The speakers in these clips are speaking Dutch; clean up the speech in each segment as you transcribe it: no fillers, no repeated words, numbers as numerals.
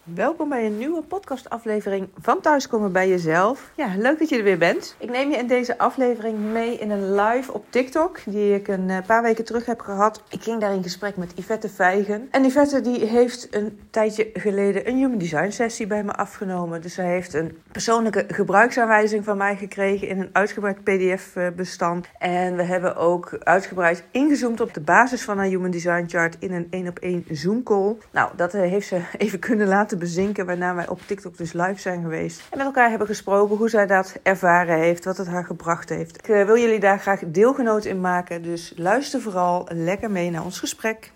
Welkom bij een nieuwe podcastaflevering van Thuiskomen bij Jezelf. Ja, leuk dat je er weer bent. Ik neem je in deze aflevering mee in een live op TikTok die ik een paar weken terug heb gehad. Ik ging daar in gesprek met Yvette Vijgen. En Yvette die heeft een tijdje geleden een Human Design sessie bij me afgenomen. Dus zij heeft een persoonlijke gebruiksaanwijzing van mij gekregen in een uitgebreid PDF-bestand. En we hebben ook uitgebreid ingezoomd op de basis van haar Human Design chart in een 1-op-1 Zoom call. Nou, dat heeft ze even kunnen laten bezinken, waarna wij op TikTok dus live zijn geweest. En met elkaar hebben gesproken hoe zij dat ervaren heeft, wat het haar gebracht heeft. Ik wil jullie daar graag deelgenoot in maken, dus luister vooral lekker mee naar ons gesprek.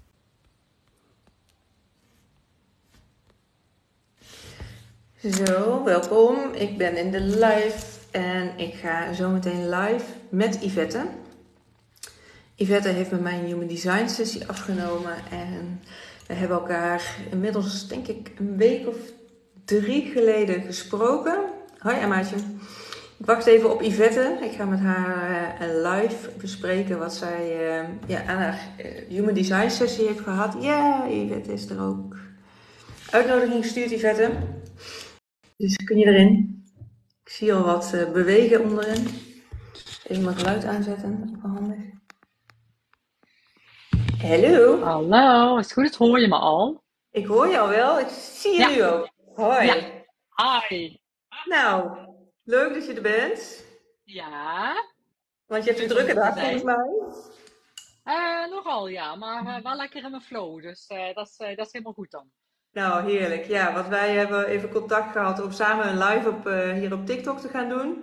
Zo, welkom. Ik ben in de live en ik ga zo meteen live met Yvette. Yvette heeft met mij een Human Design sessie afgenomen en we hebben elkaar inmiddels, denk ik, een week of 3 geleden gesproken. Hoi Emmaatje. Ik wacht even op Yvette. Ik ga met haar live bespreken wat zij aan haar Human Design sessie heeft gehad. Ja, Yvette is er ook. Uitnodiging gestuurd, Yvette. Dus kun je erin. Ik zie al wat bewegen onderin. Even mijn geluid aanzetten. Ook wel handig. Hallo. Hallo, is het goed? Hoor je me al? Ik hoor je al wel. Ik zie je nu ook. Hoi. Ja. Hi. Nou, leuk dat je er bent. Ja. Want je hebt een drukke dag volgens mij. Nogal ja, maar wel lekker in mijn flow, dus dat is helemaal goed dan. Nou, heerlijk. Ja, want wij hebben even contact gehad om samen een live hier op TikTok te gaan doen.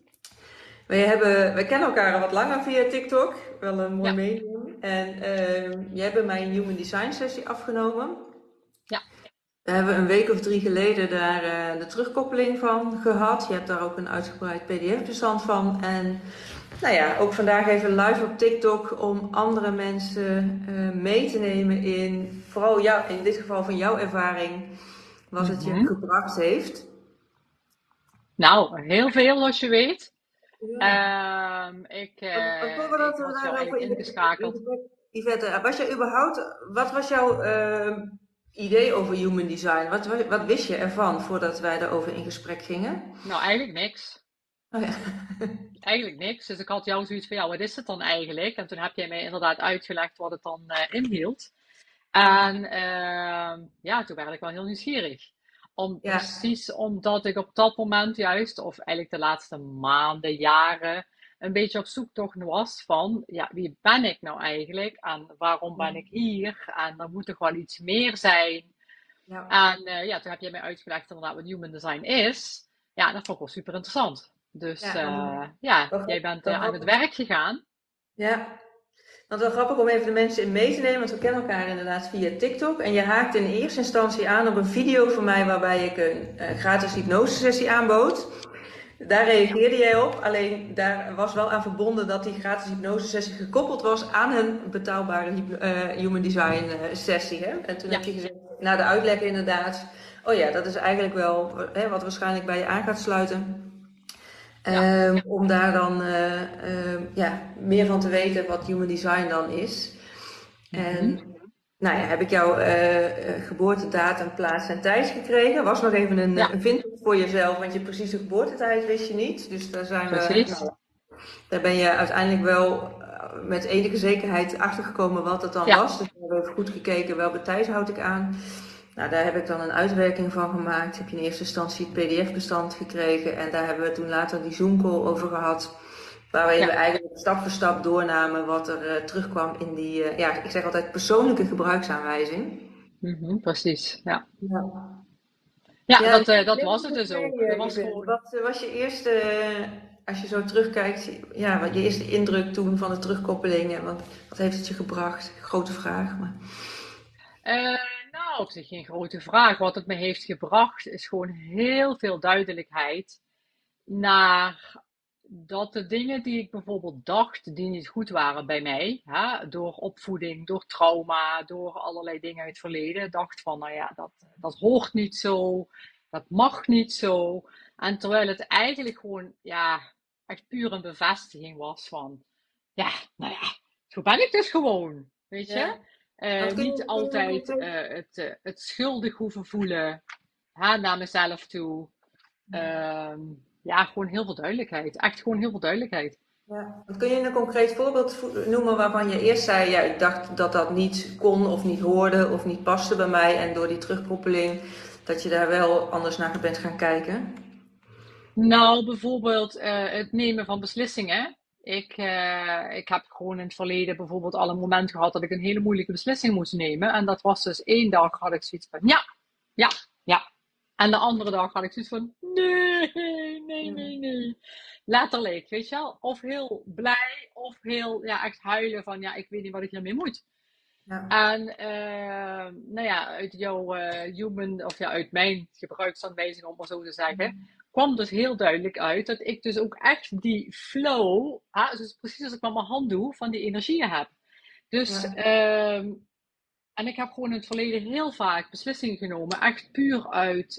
Wij kennen elkaar al wat langer via TikTok. Wel een mooi Ja. medium. En jij hebt bij mij een Human Design sessie afgenomen. Ja. We hebben een week of 3 geleden daar de terugkoppeling van gehad. Je hebt daar ook een uitgebreid PDF-bestand van. En nou ja, ook vandaag even live op TikTok om andere mensen mee te nemen in, vooral jou, in dit geval van jouw ervaring, wat het je gebracht heeft. Nou, heel veel zoals je weet. Ja. Ik Voordat we had jou daarover eigenlijk ingeschakeld. Yvette, wat was jouw idee over Human Design? Wat wist je ervan voordat wij daarover in gesprek gingen? Nou, eigenlijk niks. Oh ja. Eigenlijk niks. Dus ik had jou zoiets van, ja, wat is het dan eigenlijk? En toen heb jij mij inderdaad uitgelegd wat het dan inhield. En ja, toen werd ik wel heel nieuwsgierig. Ja. Precies omdat ik op dat moment juist, of eigenlijk de laatste maanden, jaren, een beetje op zoektocht was van, ja, wie ben ik nou eigenlijk? En waarom ben ik hier? En er moet toch wel iets meer zijn. Ja. En ja, toen heb jij mij uitgelegd inderdaad wat Human Design is. Ja, dat vond ik wel super interessant. Dus ja, jij bent aan het werk gegaan. Ja, want wel grappig om even de mensen in mee te nemen, want we kennen elkaar inderdaad via TikTok. En je haakte in eerste instantie aan op een video van mij waarbij ik een gratis hypnosesessie aanbood. Daar reageerde jij op, alleen daar was wel aan verbonden dat die gratis hypnosesessie gekoppeld was aan een betaalbare Human Design sessie. Hè? En toen heb je gezegd, na de uitleg inderdaad, oh ja, dat is eigenlijk wel wat waarschijnlijk bij je aan gaat sluiten. Om daar dan meer van te weten wat Human Design dan is. En nou ja, heb ik jouw geboortedatum, plaats en tijd gekregen. Was nog even een vindtocht voor jezelf, want je precieze geboortetijd wist je niet. Dus daar zijn daar ben je uiteindelijk wel met enige zekerheid achtergekomen wat het dan was. Dus we hebben even goed gekeken welke tijd houd ik aan. Nou, daar heb ik dan een uitwerking van gemaakt. Heb je in eerste instantie het PDF-bestand gekregen. En daar hebben we toen later die Zoom-call over gehad. Waarin we eigenlijk stap voor stap doornamen wat er terugkwam in die, ik zeg altijd persoonlijke gebruiksaanwijzing. Precies, ja. Ja, Dat was het dus ook. Dat was gewoon... Wat was je eerste, als je zo terugkijkt, wat je eerste indruk toen van de terugkoppeling? Want wat heeft het je gebracht? Grote vraag, maar... Nou, op zich geen grote vraag. Wat het me heeft gebracht is gewoon heel veel duidelijkheid naar dat de dingen die ik bijvoorbeeld dacht die niet goed waren bij mij, hè, door opvoeding, door trauma, door allerlei dingen uit het verleden, dacht van, nou ja, dat hoort niet zo, dat mag niet zo. En terwijl het eigenlijk gewoon, ja, echt puur een bevestiging was van, ja, nou ja, zo ben ik dus gewoon, weet je? Want Niet kun je altijd concreet... het schuldig hoeven voelen, naar mezelf toe. Ja, gewoon heel veel duidelijkheid. Echt gewoon heel veel duidelijkheid. Ja. Want kun je een concreet voorbeeld noemen waarvan je eerst zei, ja, ik dacht dat dat niet kon of niet hoorde of niet paste bij mij en door die terugkoppeling dat je daar wel anders naar bent gaan kijken? Nou, bijvoorbeeld het nemen van beslissingen. Ik heb gewoon in het verleden bijvoorbeeld al een moment gehad dat ik een hele moeilijke beslissing moest nemen. En dat was dus één dag had ik zoiets van ja, ja, ja. En de andere dag had ik zoiets van nee, nee, Ja. nee, nee. Letterlijk, weet je wel. Of heel blij, of heel ja, echt huilen van ja, ik weet niet wat ik hiermee moet. Ja. En nou ja, uit jouw human, of ja, uit mijn gebruiksaanwijzing, om maar zo te zeggen, kwam dus heel duidelijk uit dat ik dus ook echt die flow, dus precies als ik met mijn hand doe, van die energieën heb. Dus, Ja. en ik heb gewoon in het verleden heel vaak beslissingen genomen, echt puur uit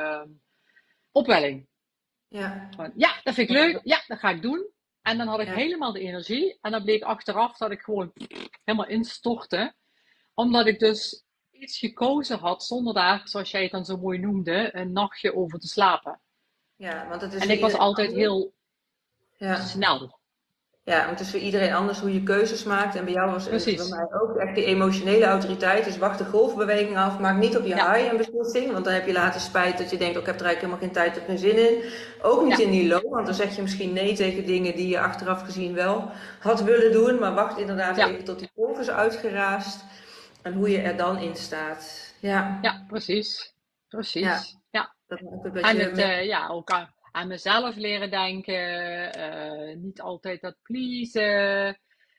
opwelling. Ja. Van, ja, dat vind ik leuk, ja, dat ga ik doen. En dan had ik Ja. helemaal de energie. En dan bleek achteraf dat ik gewoon helemaal instortte omdat ik dus iets gekozen had zonder daar, zoals jij het dan zo mooi noemde, een nachtje over te slapen. Ja, want het is En voor ik was iedereen altijd anders. heel Ja. snel. Ja, want het is voor iedereen anders hoe je keuzes maakt. En bij jou was het bij Precies. mij ook echt die emotionele autoriteit. Dus wacht de golfbeweging af. Maak niet op je Ja, high een beslissing. Want dan heb je later spijt dat je denkt, oh, ik heb er eigenlijk helemaal geen tijd of geen zin in. Ook niet ja, in die low. Want dan zeg je misschien nee tegen dingen die je achteraf gezien wel had willen doen. Maar wacht inderdaad ja, even tot die golf is uitgeraasd. En hoe je er dan in staat. Ja, ja, precies. ja. Precies. Ja. Dat maakt ook dat En je het, met... ja, ook aan mezelf leren denken. Niet altijd dat pleasen.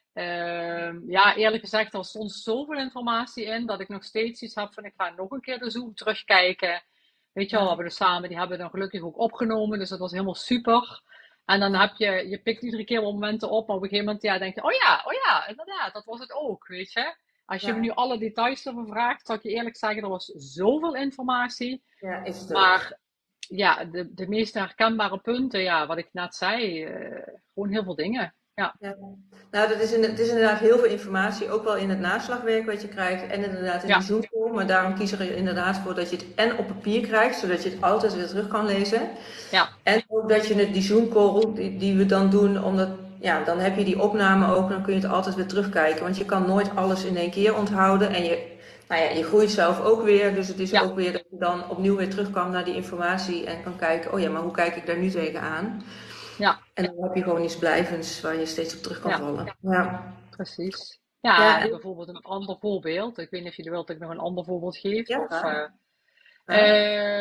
Ja, eerlijk gezegd, er stond zoveel informatie in dat ik nog steeds iets heb van ik ga nog een keer de Zoom terugkijken. Weet je wel, we Ja, hebben dus samen, die hebben we dan gelukkig ook opgenomen, dus dat was helemaal super. En dan ja, heb je pikt iedere keer wel momenten op, maar op een gegeven moment ja, denk je, oh ja, inderdaad, dat was het ook, weet je. Als je me nu ja. alle details erover vraagt, zal ik je eerlijk zeggen, er was zoveel informatie. Ja, is het ook. Maar ja, de meest herkenbare punten, ja, wat ik net zei, gewoon heel veel dingen. Ja, Ja. Nou, het is inderdaad heel veel informatie, ook wel in het naslagwerk wat je krijgt en inderdaad in die ja, Zoom-call. Maar daarom kies ik er inderdaad voor dat je het en op papier krijgt, zodat je het altijd weer terug kan lezen. ja, En ook dat je het, die Zoom-call die we dan doen, omdat, ja, dan heb je die opname ook en dan kun je het altijd weer terugkijken. Want je kan nooit alles in één keer onthouden en nou ja, je groeit zelf ook weer. Dus het is ja, ook weer dat je dan opnieuw weer terug kan naar die informatie en kan kijken, oh ja, maar hoe kijk ik daar nu tegenaan? ja, En dan heb je gewoon iets blijvends waar je steeds op terug kan ja, vallen. Ja, precies. Ja, ja, en bijvoorbeeld een ander voorbeeld. Ik weet niet of je wilt dat ik nog een ander voorbeeld geef. ja, Of, graag. Ja,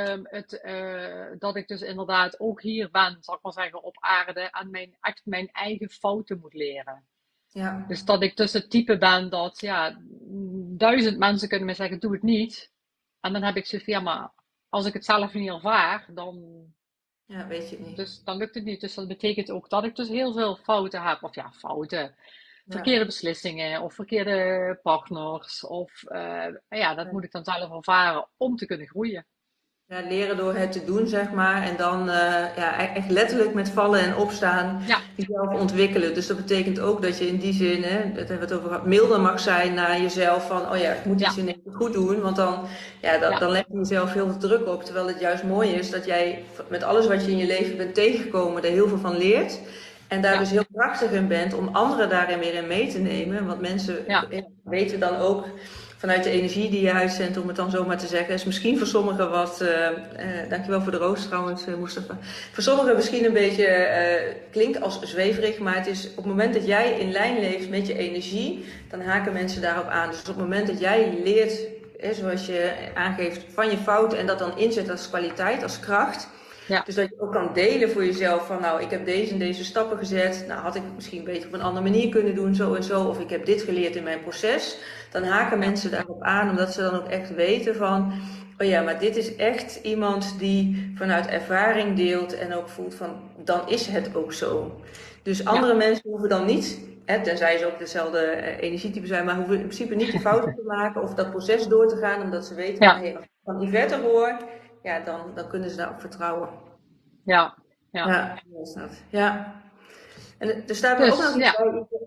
dat ik dus inderdaad ook hier ben, zal ik maar zeggen, op aarde en echt mijn eigen fouten moet leren. ja, Dus dat ik dus het type ben dat, ja, 1000 mensen kunnen me zeggen, doe het niet. En dan heb ik zoiets van, ja, maar als ik het zelf niet ervaar, ja, weet je het niet. dus dan lukt het niet. Dus dat betekent ook dat ik dus heel veel fouten heb. Of ja, fouten. Ja. Verkeerde beslissingen of verkeerde partners. Of ja, dat moet ik dan zelf ervaren om te kunnen groeien. Ja, leren door het te doen, zeg maar. En dan ja, echt letterlijk met vallen en opstaan Ja, jezelf ontwikkelen. Dus dat betekent ook dat je in die zin, hè, dat hebben we het over gehad, milder mag zijn naar jezelf. Van, oh ja, ik moet iets ja, in één keer goed doen. Want dan, ja, dan ja, leg je jezelf heel veel druk op. Terwijl het juist mooi is dat jij met alles wat je in je leven bent tegengekomen, er heel veel van leert. En daar dus ja, heel krachtig in bent om anderen daarin weer in mee te nemen. Want mensen ja, weten dan ook vanuit de energie die je uitzendt, om het dan zo maar te zeggen, is misschien voor sommigen wat, dankjewel voor de roos trouwens, Mustafa. Voor sommigen misschien een beetje, klinkt als zweverig, maar het is op het moment dat jij in lijn leeft met je energie, dan haken mensen daarop aan. Dus op het moment dat jij leert, zoals je aangeeft, van je fouten en dat dan inzet als kwaliteit, als kracht. ja, Dus dat je ook kan delen voor jezelf van nou, ik heb deze en deze stappen gezet. Nou, had ik misschien beter op een andere manier kunnen doen, zo en zo. Of ik heb dit geleerd in mijn proces. Dan haken ja, mensen daarop aan, omdat ze dan ook echt weten van... Oh ja, maar dit is echt iemand die vanuit ervaring deelt en ook voelt van, dan is het ook zo. Dus andere ja, mensen hoeven dan niet, tenzij ze ook dezelfde energietype zijn, maar hoeven in principe niet die fouten te maken of dat proces door te gaan, omdat ze weten van, ja, hey, als ik van Yvette hoor, ja, dan kunnen ze daarop vertrouwen. ja, ja. Ja, zo is dat. Ja. En er staat me ook Dus nog iets ja, bij,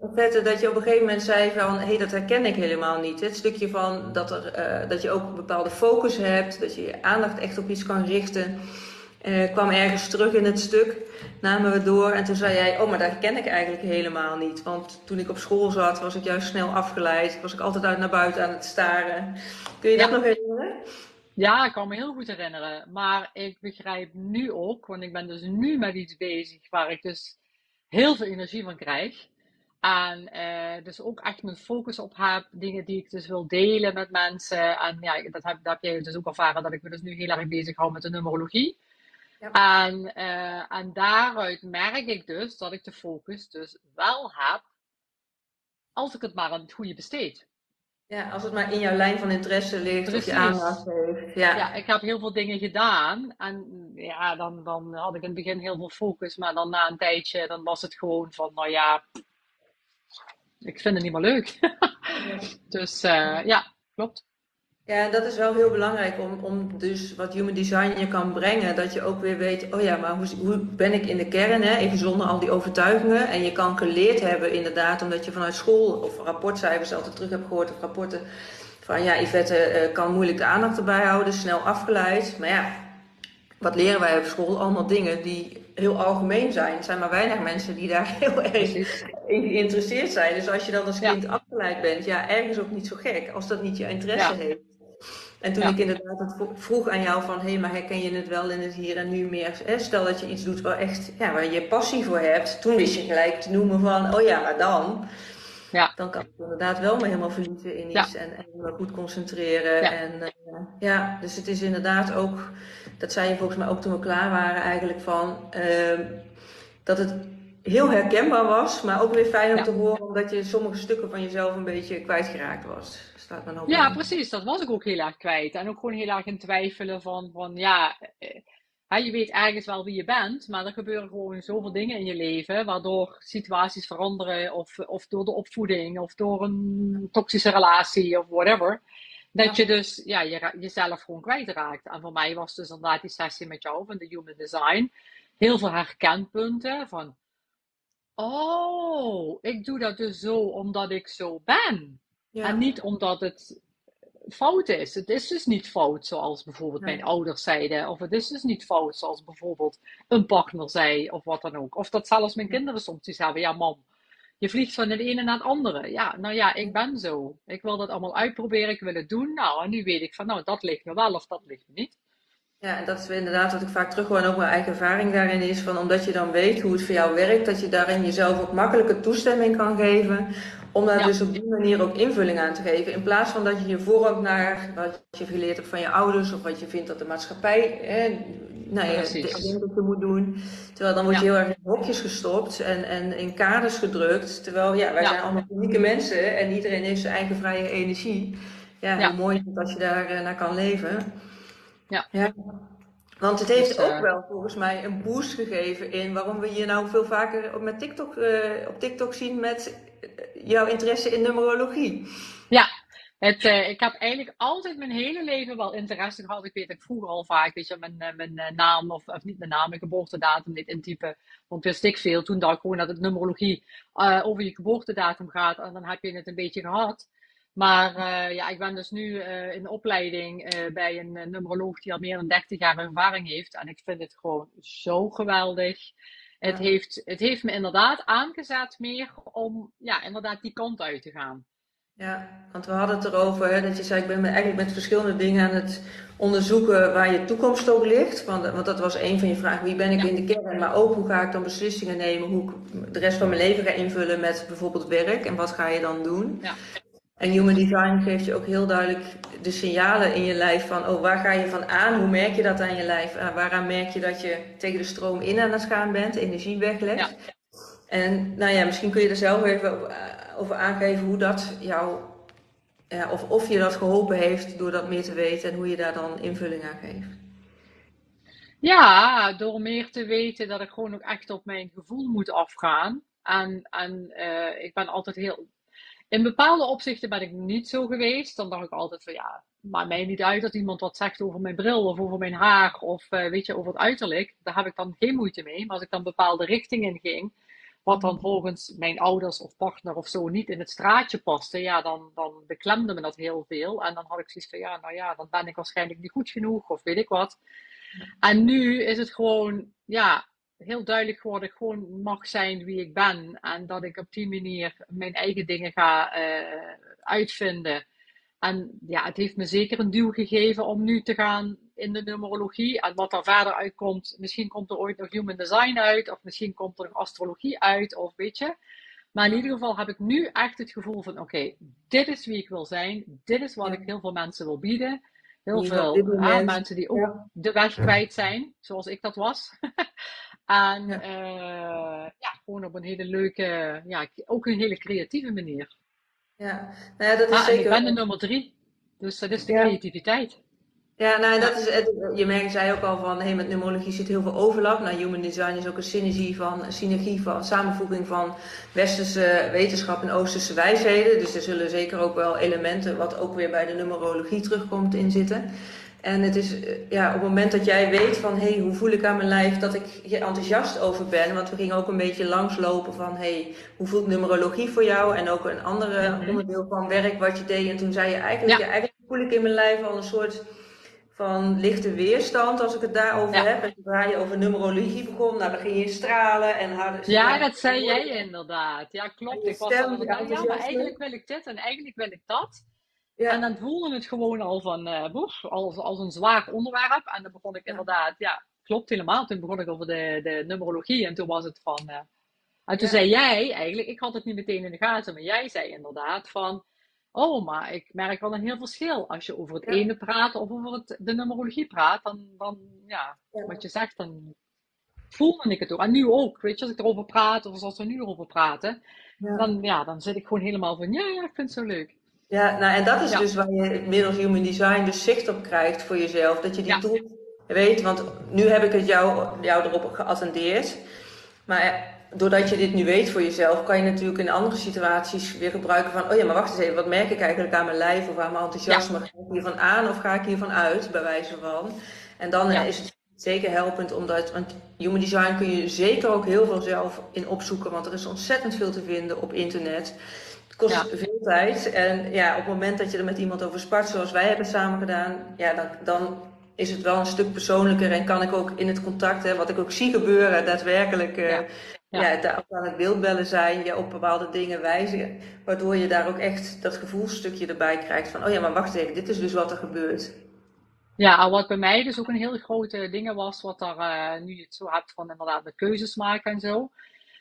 vette dat je op een gegeven moment zei van, hé, dat herken ik helemaal niet. Het stukje van dat je ook een bepaalde focus hebt, dat je je aandacht echt op iets kan richten. Kwam ergens terug in het stuk, namen we door en toen zei jij, oh, maar dat herken ik eigenlijk helemaal niet. Want toen ik op school zat, was ik juist snel afgeleid, was ik altijd uit naar buiten aan het staren. Kun je dat Ja, nog herinneren? ja, ik kan me heel goed herinneren. Maar ik begrijp nu ook, want ik ben dus nu met iets bezig waar ik dus heel veel energie van krijg. En dus ook echt mijn focus op heb. Dingen die ik dus wil delen met mensen. En ja, dat heb jij dus ook ervaren dat ik me dus nu heel erg bezig hou met de numerologie. Ja. En daaruit merk ik dus dat ik de focus dus wel heb als ik het maar aan het goede besteed. Ja, als het maar in jouw lijn van interesse ligt of je aandacht Precies. heeft. Ja, Ja. ik heb heel veel dingen gedaan. En ja, dan had ik in het begin heel veel focus. Maar dan na een tijdje, dan was het gewoon van, nou ja, ik vind het niet meer leuk. Dus ja, klopt. Ja, en dat is wel heel belangrijk om dus wat human design je kan brengen. Dat je ook weer weet, oh ja, maar hoe ben ik in de kern, hè? Even zonder al die overtuigingen. En je kan geleerd hebben inderdaad, omdat je vanuit school of rapportcijfers altijd terug hebt gehoord of rapporten van ja, Yvette kan moeilijk de aandacht erbij houden, snel afgeleid. Maar ja, wat leren wij op school? Allemaal dingen die heel algemeen zijn. Er zijn maar weinig mensen die daar heel erg Precies. in geïnteresseerd zijn. Dus als je dan als Ja, kind afgeleid bent, ja, ergens ook niet zo gek als dat niet je interesse ja, heeft. En toen ik ja, inderdaad het vroeg aan jou van, hé, maar herken je het wel in het hier en nu meer? Hè? Stel dat je iets doet waar, echt, ja, waar je passie voor hebt. Toen wist je gelijk te noemen van, oh ja, maar ja, dan kan ik inderdaad wel me helemaal verliezen in ja, iets en me goed concentreren. ja, En ja, dus het is inderdaad ook, dat zei je volgens mij ook toen we klaar waren eigenlijk van, dat het heel herkenbaar was, maar ook weer fijn om te ja. horen omdat je sommige stukken van jezelf een beetje kwijtgeraakt was. Er staat mijn hoop Ja, in. precies. Dat was ik ook heel erg kwijt. En ook gewoon heel erg in twijfelen van ja, hè, je weet ergens wel wie je bent, maar er gebeuren gewoon zoveel dingen in je leven, waardoor situaties veranderen, of door de opvoeding, of door een toxische relatie, of whatever. Dat je Ja. dus ja, jezelf gewoon kwijtraakt. En voor mij was dus inderdaad die sessie met jou van de Human Design heel veel herkenpunten van, oh, ik doe dat dus zo omdat ik zo ben. En Ja, niet omdat het fout is. Het is dus niet fout zoals bijvoorbeeld mijn nee. ouders zeiden. Of het is dus niet fout zoals bijvoorbeeld een partner zei. Of wat dan ook. Of dat zelfs mijn kinderen soms die zeggen. Ja, mam, je vliegt van het ene naar het andere. Ja, nou ja, ik ben zo. Ik wil dat allemaal uitproberen. Ik wil het doen. Nou, en nu weet ik van, nou, dat ligt me wel of dat ligt me niet. Ja, en dat is inderdaad wat ik vaak terughoor en ook mijn eigen ervaring daarin is van omdat je dan weet hoe het voor jou werkt, dat je daarin jezelf ook makkelijke toestemming kan geven om daar Ja, dus op die manier ook invulling aan te geven. In plaats van dat je je vormt naar wat je geleerd hebt van je ouders of wat je vindt dat de maatschappij nou ja, denkt precies. dat je moet doen. Terwijl dan word je Ja, heel erg in hokjes gestopt en in kaders gedrukt. Terwijl ja, wij zijn ja, allemaal unieke mensen en iedereen heeft zijn eigen vrije energie. Ja, hoe ja, mooi is het als je daar naar kan leven. ja. Ja. Want het Dus heeft ook wel volgens mij een boost gegeven in waarom we je nou veel vaker met TikTok, op TikTok zien met jouw interesse in numerologie. ja, ik heb eigenlijk altijd mijn hele leven wel interesse gehad. Ik weet dat ik vroeger al vaak, weet je, mijn naam, of niet mijn naam, mijn geboortedatum niet intypen. Want wist ik veel. Toen dacht ik gewoon dat het numerologie over je geboortedatum gaat. En dan heb je het een beetje gehad. Maar ja, ik ben dus nu in opleiding bij een numeroloog die al meer dan 30 jaar ervaring heeft. En ik vind het gewoon zo geweldig. Ja. Het heeft me inderdaad aangezet meer om ja, inderdaad die kant uit te gaan. Ja, want we hadden het erover, hè, dat je zei, ik ben eigenlijk met verschillende dingen aan het onderzoeken waar je toekomst ook ligt. Want dat was een van je vragen, wie ben ik Ja, in de kern? Maar ook hoe ga ik dan beslissingen nemen, hoe ik de rest van mijn leven ga invullen met bijvoorbeeld werk en wat ga je dan doen? ja, En Human Design geeft je ook heel duidelijk de signalen in je lijf van, oh, waar ga je van aan? Hoe merk je dat aan je lijf? Waaraan merk je dat je tegen de stroom in aan het gaan bent, energie weglegt? ja. En nou ja, misschien kun je er zelf even over aangeven hoe dat jou, ja, of je dat geholpen heeft door dat meer te weten en hoe je daar dan invulling aan geeft. Ja, door meer te weten dat ik gewoon ook echt op mijn gevoel moet afgaan. En ik ben altijd heel. In bepaalde opzichten ben ik niet zo geweest. Dan dacht ik altijd van ja, maakt mij niet uit dat iemand wat zegt over mijn bril of over mijn haar of weet je, over het uiterlijk. Daar heb ik dan geen moeite mee. Maar als ik dan bepaalde richtingen ging, wat dan volgens mijn ouders of partner of zo niet in het straatje paste, ja, dan beklemde me dat heel veel. En dan had ik zoiets van, ja, nou ja, dan ben ik waarschijnlijk niet goed genoeg of weet ik wat. En nu is het gewoon, ja, heel duidelijk geworden dat ik gewoon mag zijn wie ik ben. En dat ik op die manier mijn eigen dingen ga uitvinden. En ja, het heeft me zeker een duw gegeven om nu te gaan in de numerologie. En wat er verder uitkomt, misschien komt er ooit nog human design uit. Of misschien komt er nog astrologie uit, of weet je. Maar in ieder geval heb ik nu echt het gevoel van, oké, dit is wie ik wil zijn. Dit is wat Ja. ik heel veel mensen wil bieden. Heel In ieder geval op dit veel moment. mensen die ook Ja. de weg kwijt zijn, zoals ik dat was. En Ja. ja, gewoon op een hele leuke, ja, ook een hele creatieve manier. Ja. Nou ja, dat is Ah, en ik zeker ben de wel. nummer 3, dus dat is de Ja. creativiteit. Ja, nou, en dat Ja, is, je merkt, zei ook al van, hey, met numerologie zit heel veel overlap. Nou, human design is ook een synergie van, samenvoeging van westerse wetenschap en oosterse wijsheden. Dus er zullen zeker ook wel elementen, wat ook weer bij de numerologie terugkomt, in zitten. En het is, ja, op het moment dat jij weet van, hey, hoe voel ik aan mijn lijf dat ik hier enthousiast over ben. Want we gingen ook een beetje langslopen van, hey, hoe voelt numerologie voor jou? En ook een andere mhm. onderdeel van werk wat je deed. En toen zei je eigenlijk, Ja, ja, eigenlijk voel ik in mijn lijf al een soort van lichte weerstand als ik het daarover ja. heb. En zodra je over numerologie begon, nou, dan ging je stralen en Ja, ja, dat zei jij inderdaad. Ja, en klopt. je Ik was al stem, je inderdaad, ja, maar enthousiasme. eigenlijk wil ik dit en eigenlijk wil ik dat. En Ja, dan voelde het gewoon al van, als een zwaar onderwerp. En dan begon ik ja, inderdaad, ja, klopt helemaal. Toen begon ik over de numerologie en toen was het van, en toen ja, zei jij eigenlijk, ik had het niet meteen in de gaten, maar jij zei inderdaad van, oh, maar ik merk wel een heel verschil. Als je over het ja, ene praat of over de numerologie praat, dan ja, wat je ja, zegt, dan voelde ik het ook. En nu ook, weet je, als ik erover praat of zoals we nu erover praten, ja. ja, dan zit ik gewoon helemaal van, ja, ja, ik vind het zo leuk. Ja, nou, en dat is Ja, dus waar je middels Human Design dus zicht op krijgt voor jezelf. Dat je die ja, tools weet, want nu heb ik het jou erop geattendeerd. Maar doordat je dit nu weet voor jezelf, kan je natuurlijk in andere situaties weer gebruiken van, oh ja, maar wacht eens even, wat merk ik eigenlijk aan mijn lijf of aan mijn ja, enthousiasme? Ga ik hiervan aan of ga ik hiervan uit, bij wijze van? En dan ja, is het zeker helpend, want Human Design kun je zeker ook heel veel zelf in opzoeken, want er is ontzettend veel te vinden op internet. Het kost ja, veel tijd en ja, op het moment dat je er met iemand over spart, zoals wij hebben samen gedaan, ja, dan is het wel een stuk persoonlijker en kan ik ook in het contact, hè, wat ik ook zie gebeuren, daadwerkelijk ja, ja. ja, daar ook aan het beeldbellen zijn, je op bepaalde dingen wijzen, waardoor je daar ook echt dat gevoelstukje erbij krijgt van, oh ja, maar wacht even, dit is dus wat er gebeurt. Ja, en wat bij mij dus ook een heel grote ding was, wat daar, nu je het zo hebt van inderdaad de keuzes maken en zo,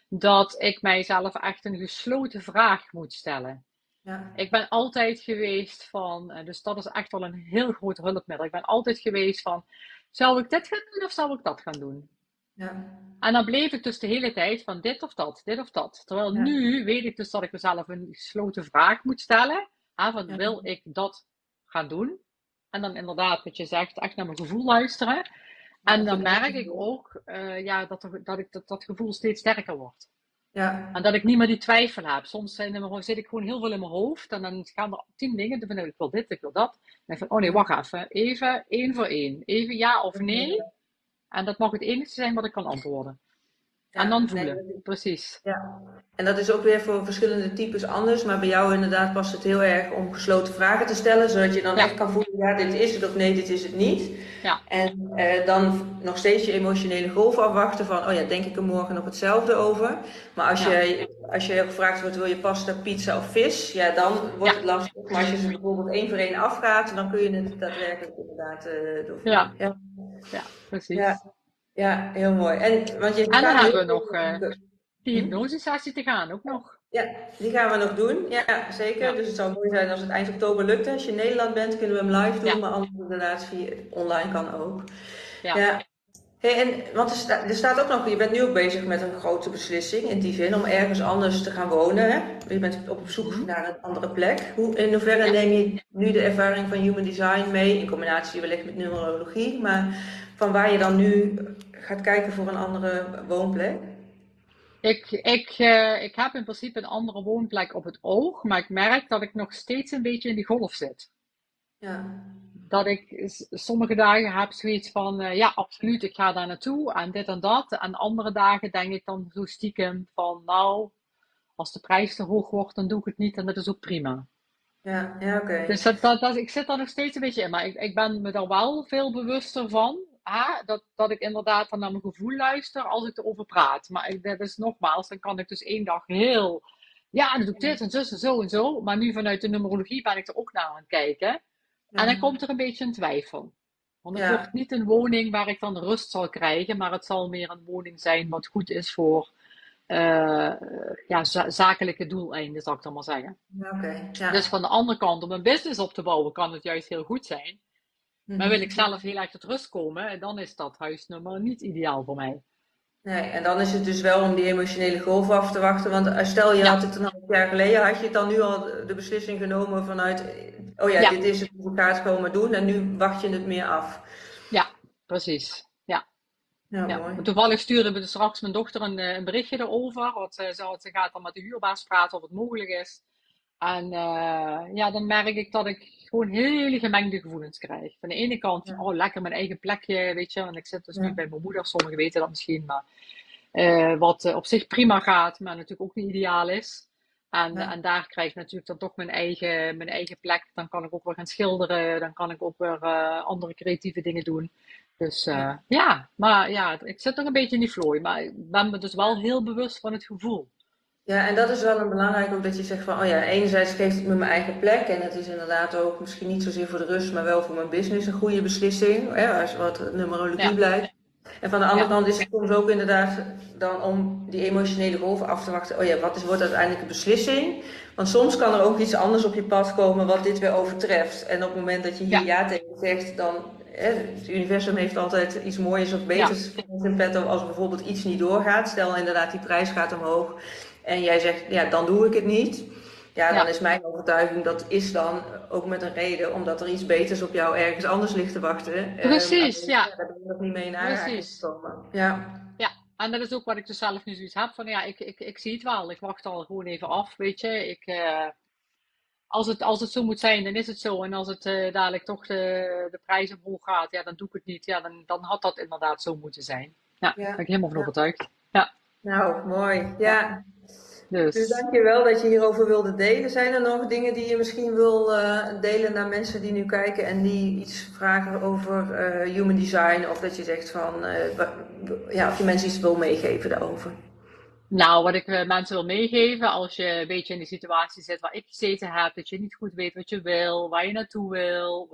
dat ik mijzelf echt een gesloten vraag moet stellen. Ja, Ik ben altijd geweest van, dus dat is echt wel een heel groot hulpmiddel. Ik ben altijd geweest van, zou ik dit gaan doen of zou ik dat gaan doen? ja, En dan bleef ik dus de hele tijd van dit of dat, dit of dat. Terwijl ja, nu weet ik dus dat ik mezelf een gesloten vraag moet stellen. Van ja, wil ik dat gaan doen? En dan inderdaad, wat je zegt, echt naar mijn gevoel luisteren. ja, En op je dan merk eigen ik manier. ook ja, dat gevoel steeds sterker wordt. Ja, En dat ik niet meer die twijfel heb. Soms zit ik gewoon heel veel in mijn hoofd. En dan gaan er 10 dingen. Dan vind ik wil dit, ik wil dat. En dan van, oh nee, ja, wacht even. Even, één voor één. Even ja of nee. En dat mag het enige zijn wat ik kan antwoorden. En ja, dan nee, voelen. Precies. ja. En dat is ook weer voor verschillende types anders, maar bij jou inderdaad past het heel erg om gesloten vragen te stellen, zodat je dan echt Ja, kan voelen, ja, dit is het of nee, dit is het niet. ja, En dan nog steeds je emotionele golf afwachten van, oh ja, denk ik er morgen nog hetzelfde over. Maar ja, als je gevraagd wordt, wil je pasta, pizza of vis? Ja, dan wordt ja, het lastig. Maar als je ze bijvoorbeeld één voor één afgaat, dan kun je het daadwerkelijk inderdaad doorvoelen. ja, Ja, ja, ja, precies. ja, heel mooi. En, want je En dan gaat hebben heel we nog veel... die Hm? hypnosesessie te gaan, ook nog. Ja, die gaan we nog doen. Ja, zeker. Ja, Dus het zou mooi zijn als het eind oktober lukt. Als je in Nederland bent, kunnen we hem live doen. ja, Maar anders inderdaad via online kan ook. ja. Ja. Hey, want er staat ook nog, je bent nu ook bezig met een grote beslissing in die zin om ergens anders te gaan wonen. Hè? Je bent op zoek Mhm. naar een andere plek. In hoeverre Ja. neem je nu de ervaring van Human Design mee, in combinatie wellicht met numerologie, maar van waar je dan nu gaat kijken voor een andere woonplek? Ik heb in principe een andere woonplek op het oog, maar ik merk dat ik nog steeds een beetje in die golf zit. Ja, dat ik sommige dagen heb zoiets van, ja, absoluut, ik ga daar naartoe en dit en dat. En andere dagen denk ik dan zo stiekem van, nou, als de prijs te hoog wordt, dan doe ik het niet en dat is ook prima. Ja, ja, oké. Dus ik zit daar nog steeds een beetje in, maar ik ben me daar wel veel bewuster van. Dat ik inderdaad dan naar mijn gevoel luister als ik erover praat. Maar dat is nogmaals, dan kan ik dus één dag heel, ja, dan doe ik dit en zus en zo en zo. Maar nu vanuit de numerologie ben ik er ook naar aan het kijken. En dan Ja, komt er een beetje een twijfel. Want het ja, wordt niet een woning waar ik dan rust zal krijgen, maar het zal meer een woning zijn wat goed is voor ja, zakelijke doeleinden, zal ik dan maar zeggen. ja, oké. Dus Ja. van de andere kant, om een business op te bouwen, kan het juist heel goed zijn. Maar wil ik Mhm. zelf heel erg tot rust komen, dan is dat huisnummer niet ideaal voor mij. Nee, en dan is het dus wel om die emotionele golf af te wachten. Want stel je had Ja, het een half jaar geleden, had je het dan nu al de beslissing genomen vanuit, oh ja, ja, dit is het, ik ga het gewoon maar doen. En nu wacht je het meer af. ja, precies. Ja, Ja, ja. mooi. Maar toevallig stuurde me dus straks mijn dochter een berichtje erover. Want ze gaat dan met de huurbaas praten of het mogelijk is. En ja, dan merk ik dat ik gewoon hele gemengde gevoelens krijg. Van de ene kant, Ja, oh lekker mijn eigen plekje, weet je. Want ik zit dus nu ja, bij mijn moeder, sommigen weten dat misschien. Maar wat op zich prima gaat, maar natuurlijk ook niet ideaal is. ja, En daar krijg ik natuurlijk dan toch mijn eigen plek. Dan kan ik ook weer gaan schilderen. Dan kan ik ook weer andere creatieve dingen doen. Dus ja. ja, maar ja, ik zit nog een beetje in die flow. Maar ik ben me dus wel heel bewust van het gevoel. Ja, en dat is wel een belangrijk ook dat je zegt van, oh ja, enerzijds geeft het me mijn eigen plek en het is inderdaad ook misschien niet zozeer voor de rust, maar wel voor mijn business een goede beslissing, hè, als wat numerologie Ja, blijkt. En van de andere ja, kant is het soms ook inderdaad dan om die emotionele golf af te wachten, oh ja, wordt uiteindelijk een beslissing? Want soms kan er ook iets anders op je pad komen wat dit weer overtreft. En op het moment dat je hier ja, ja tegen zegt, dan, hè, het universum heeft altijd iets moois of ja, beters voor ons in petto als bijvoorbeeld iets niet doorgaat. Stel inderdaad die prijs gaat omhoog. En jij zegt, ja, dan doe ik het niet. Ja, dan ja. is mijn overtuiging, dat is dan ook met een reden, omdat er iets beters op jou ergens anders ligt te wachten. Precies, Alleen, ja, ja, daar ben je nog niet mee in aanraking precies. gekomen. Ja, Ja, en dat is ook wat ik dus zelf nu zoiets heb van, ja, ik zie het wel. Ik wacht al gewoon even af, weet je. Als het zo moet zijn, dan is het zo. En als het dadelijk toch de prijs omhoog gaat, ja, dan doe ik het niet. Ja, dan had dat inderdaad zo moeten zijn. Ja, daar ben ja, ik helemaal van ja. overtuigd. Ja, Nou, mooi. ja. Ja, dus Dus. dank je wel dat je hierover wilde delen. Zijn er nog dingen die je misschien wil delen naar mensen die nu kijken en die iets vragen over human design? Of dat je zegt van, ja, of je mensen iets wil meegeven daarover? Nou, wat ik mensen wil meegeven, als je een beetje in de situatie zit waar ik gezeten heb, dat je niet goed weet wat je wil, waar je naartoe wil,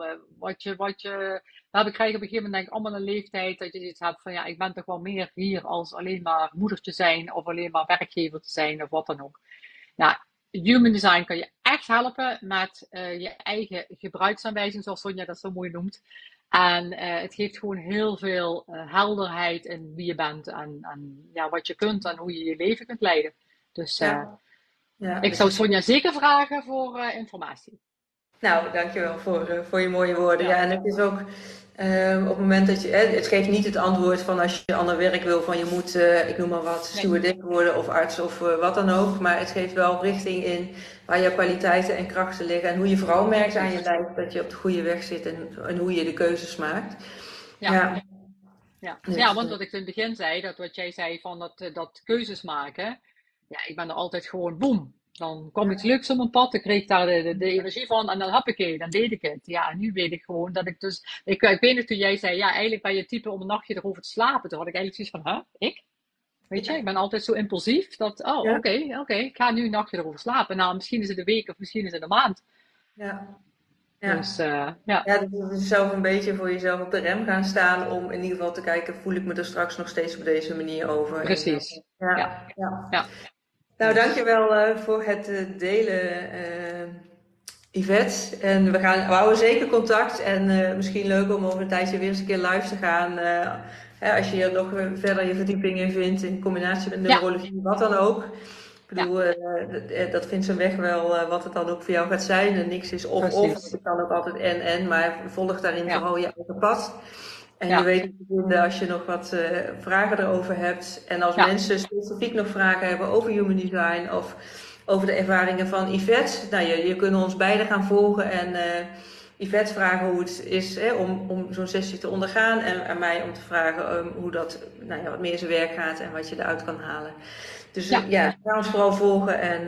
we krijgen op een gegeven moment denk ik allemaal een leeftijd dat je iets hebt van, ja, ik ben toch wel meer hier als alleen maar moeder te zijn of alleen maar werkgever te zijn of wat dan ook. Nou, Human Design kan je echt helpen met je eigen gebruiksaanwijzing, zoals Sonja dat zo mooi noemt. En het geeft gewoon heel veel helderheid in wie je bent en ja, wat je kunt en hoe je je leven kunt leiden. Dus Ja, ja, ik zou dus Sonja zeker vragen voor informatie. nou, dankjewel voor je mooie woorden. Ja, Ja, en het is ook op het moment dat je, het geeft niet het antwoord van als je ander werk wil, van je moet, ik noem maar wat, nee, stewardess worden of arts of wat dan ook. Maar het geeft wel richting in waar jouw kwaliteiten en krachten liggen. En hoe je vooral merkt aan je precies. lijf dat je op de goede weg zit en hoe je de keuzes maakt. Ja, Ja, ja. Ja, dus, want wat ik in het begin zei, dat wat jij zei van dat keuzes maken. Ja, ik ben er altijd gewoon boem. Dan kwam iets ja, leuks op mijn pad, ik kreeg daar de energie van en dan hoppakee, dan deed ik het. Ja, en nu weet ik gewoon dat ik dus... Ik weet nog toen jij zei, ja, eigenlijk ben je type om een nachtje erover te slapen. Toen had ik eigenlijk zoiets van, huh, ik? Weet je, ja, ik ben altijd zo impulsief dat, oh, ja, oké, ik ga nu een nachtje erover slapen. Nou, misschien is het een week of misschien is het een maand. ja, Dus, ja. ja, Ja, dus zelf een beetje voor jezelf op de rem gaan staan om in ieder geval te kijken, voel ik me er straks nog steeds op deze manier over. precies. Ja, Ja, ja. ja, Nou, dus, dankjewel voor het delen, Yvette. En we houden zeker contact. En misschien leuk om over een tijdje weer eens een keer live te gaan. Hè, als je er nog verder je verdieping in vindt, in combinatie met ja, neurologie, wat dan ook. Ik ja, bedoel, dat vindt zijn weg wel wat het dan ook voor jou gaat zijn. En niks is of. precies. Het kan ook altijd en. Maar volg daarin Ja, vooral je eigen pad. En je ja, weet te vinden als je nog wat vragen erover hebt. En als ja, mensen specifiek nog vragen hebben over human design of over de ervaringen van Yvette. Nou, je kunt ons beiden gaan volgen. En Yvette vragen hoe het is om zo'n sessie te ondergaan. En aan mij om te vragen hoe dat wat meer in zijn werk gaat en wat je eruit kan halen. Dus ga ons vooral volgen en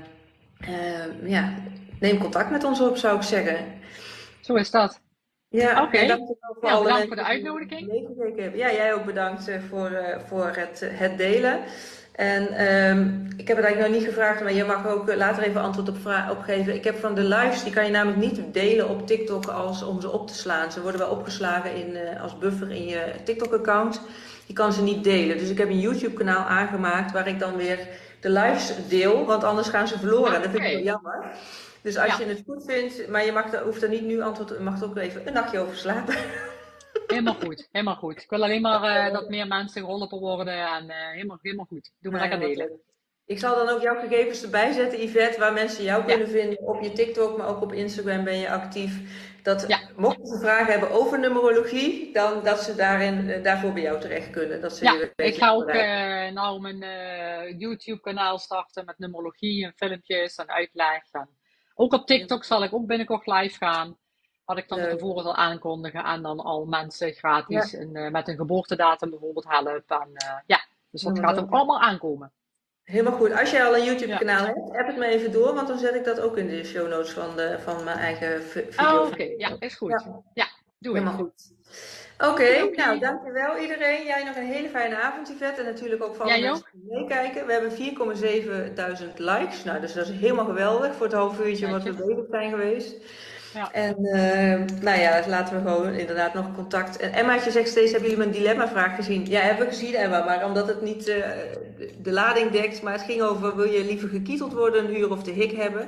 neem contact met ons op, zou ik zeggen. Zo is dat. Ja, Oké. Bedankt voor de uitnodiging. Ja, jij ook bedankt voor het delen. En ik heb het eigenlijk nog niet gevraagd, maar je mag ook later even antwoord op geven. Ik heb van de lives, die kan je namelijk niet delen op TikTok om ze op te slaan. Ze worden wel opgeslagen als buffer in je TikTok-account. Je kan ze niet delen. Dus ik heb een YouTube-kanaal aangemaakt waar ik dan weer de lives deel, want anders gaan ze verloren. Dat vind ik wel jammer. Dus als je het goed vindt, maar hoeft er niet nu je mag er ook even een nachtje over slapen. Helemaal goed. Ik wil alleen maar dat meer mensen geholpen worden en helemaal goed. Doe maar lekker delen. Ik zal dan ook jouw gegevens erbij zetten, Yvette, waar mensen jou kunnen vinden. Op je TikTok, maar ook op Instagram ben je actief. Mochten ze vragen hebben over numerologie, dan dat ze daarvoor bij jou terecht kunnen. Ik ga ook mijn YouTube-kanaal starten met numerologie en filmpjes en uitleg. En ook op TikTok zal ik ook binnenkort live gaan. Wat ik dan van tevoren zal aankondigen en dan al mensen gratis met een geboortedatum bijvoorbeeld helpen. Dus dat gaat ook allemaal aankomen. Helemaal goed. Als je al een YouTube-kanaal hebt, app het me even door, want dan zet ik dat ook in de show notes van mijn eigen video. Oké. Ja, is goed. Ja, doe ik. Helemaal goed. Oké, nou dankjewel iedereen. Jij nog een hele fijne avond, Yvette. En natuurlijk ook voor alle mensen die meekijken. We hebben 4.700 likes. Nou, dus dat is helemaal geweldig voor het half uurtje wat we bezig zijn geweest. Ja. En laten we gewoon inderdaad nog contact. En Emmaatje zegt steeds, hebben jullie mijn dilemma-vraag gezien? Ja, hebben we gezien, Emma, maar omdat het niet de lading dekt. Maar het ging over, wil je liever gekieteld worden een uur of de hik hebben?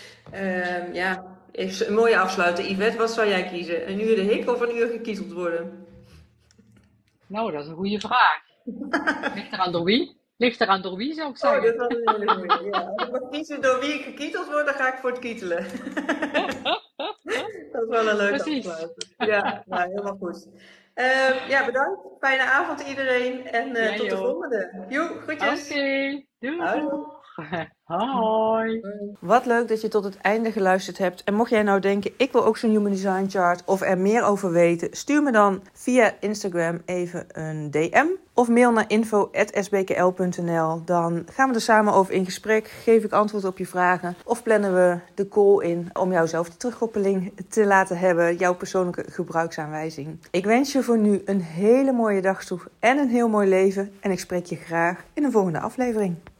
Is een mooie afsluiter. Yvette, wat zou jij kiezen? Een uur de hik of een uur gekieteld worden? Nou, dat is een goede vraag. Ligt eraan door wie? Zou ik zeggen. Dat is wel een hele goede. Ja. Als ik mag kiezen door wie ik gekieteld word, dan ga ik voor het kietelen. Dat is wel een leuke afsluiter. Ja, nou, helemaal goed. Bedankt. Fijne avond iedereen. En tot de volgende. Joe, groetjes. Oké, doei. Hoi. Wat leuk dat je tot het einde geluisterd hebt. En mocht jij nou denken, ik wil ook zo'n Human Design Chart of er meer over weten, stuur me dan via Instagram even een DM of mail naar info@sbkl.nl. Dan gaan we er samen over in gesprek, geef ik antwoord op je vragen of plannen we de call in om jou zelf de terugkoppeling te laten hebben, jouw persoonlijke gebruiksaanwijzing. Ik wens je voor nu een hele mooie dag toe en een heel mooi leven en ik spreek je graag in een volgende aflevering.